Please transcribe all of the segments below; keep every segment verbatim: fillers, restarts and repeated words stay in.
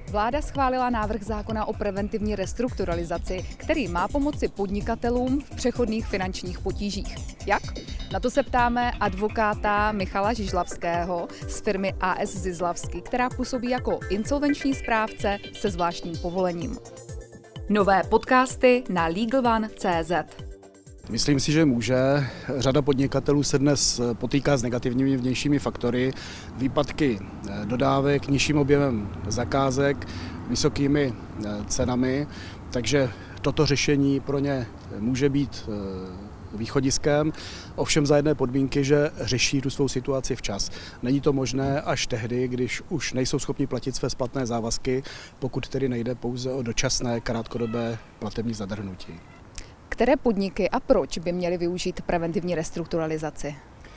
Vláda schválila návrh zákona o preventivní restrukturalizaci, který má pomoci podnikatelům v přechodných finančních potížích. Jak? Na to se ptáme advokáta Michala Žižlavského z firmy A S Zizlavsky, která působí jako insolvenční správce se zvláštním povolením. Nové podcasty na Legal One tečka cé zet. Myslím si, že může. Řada podnikatelů se dnes potýká s negativními vnějšími faktory, výpadky dodávek, nižším objemem zakázek, vysokými cenami, takže toto řešení pro ně může být východiskem, ovšem za jedné podmínky, že řeší tu svou situaci včas. Není to možné až tehdy, když už nejsou schopni platit své splatné závazky, pokud tedy nejde pouze o dočasné krátkodobé platební zadrhnutí. Které podniky a proč by měly využít preventivní restrukturalizaci?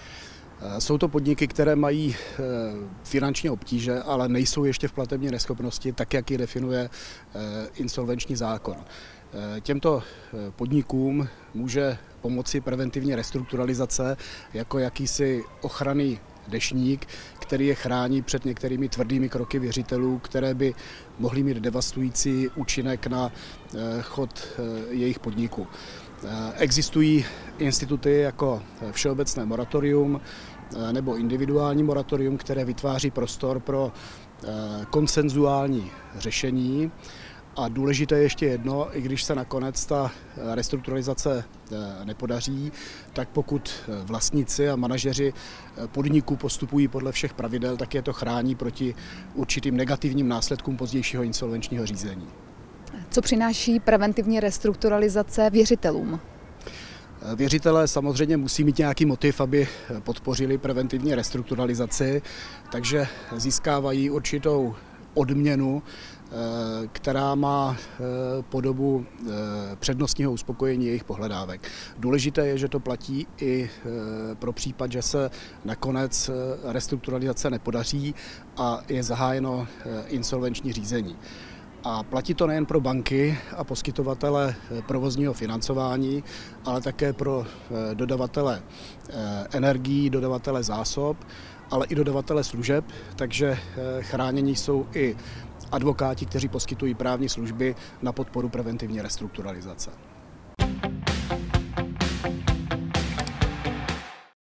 Jsou to podniky, které mají finanční obtíže, ale nejsou ještě v platební neschopnosti, tak jak ji definuje insolvenční zákon. Těmto podnikům může pomoci preventivní restrukturalizace jako jakýsi ochranný deštník, který je chrání před některými tvrdými kroky věřitelů, které by mohly mít devastující účinek na chod jejich podniku. Existují instituty jako všeobecné moratorium nebo individuální moratorium, které vytváří prostor pro konsenzuální řešení. A důležité je ještě jedno, i když se nakonec ta restrukturalizace nepodaří, tak pokud vlastníci a manažeři podniků postupují podle všech pravidel, tak je to chrání proti určitým negativním následkům pozdějšího insolvenčního řízení. Co přináší preventivní restrukturalizace věřitelům? Věřitelé samozřejmě musí mít nějaký motiv, aby podpořili preventivní restrukturalizaci, takže získávají určitou odměnu, která má podobu přednostního uspokojení jejich pohledávek. Důležité je, že to platí i pro případ, že se nakonec restrukturalizace nepodaří a je zahájeno insolvenční řízení. A platí to nejen pro banky a poskytovatele provozního financování, ale také pro dodavatele energií, dodavatele zásob, ale i dodavatele služeb, takže chráněni jsou i advokáti, kteří poskytují právní služby na podporu preventivní restrukturalizace.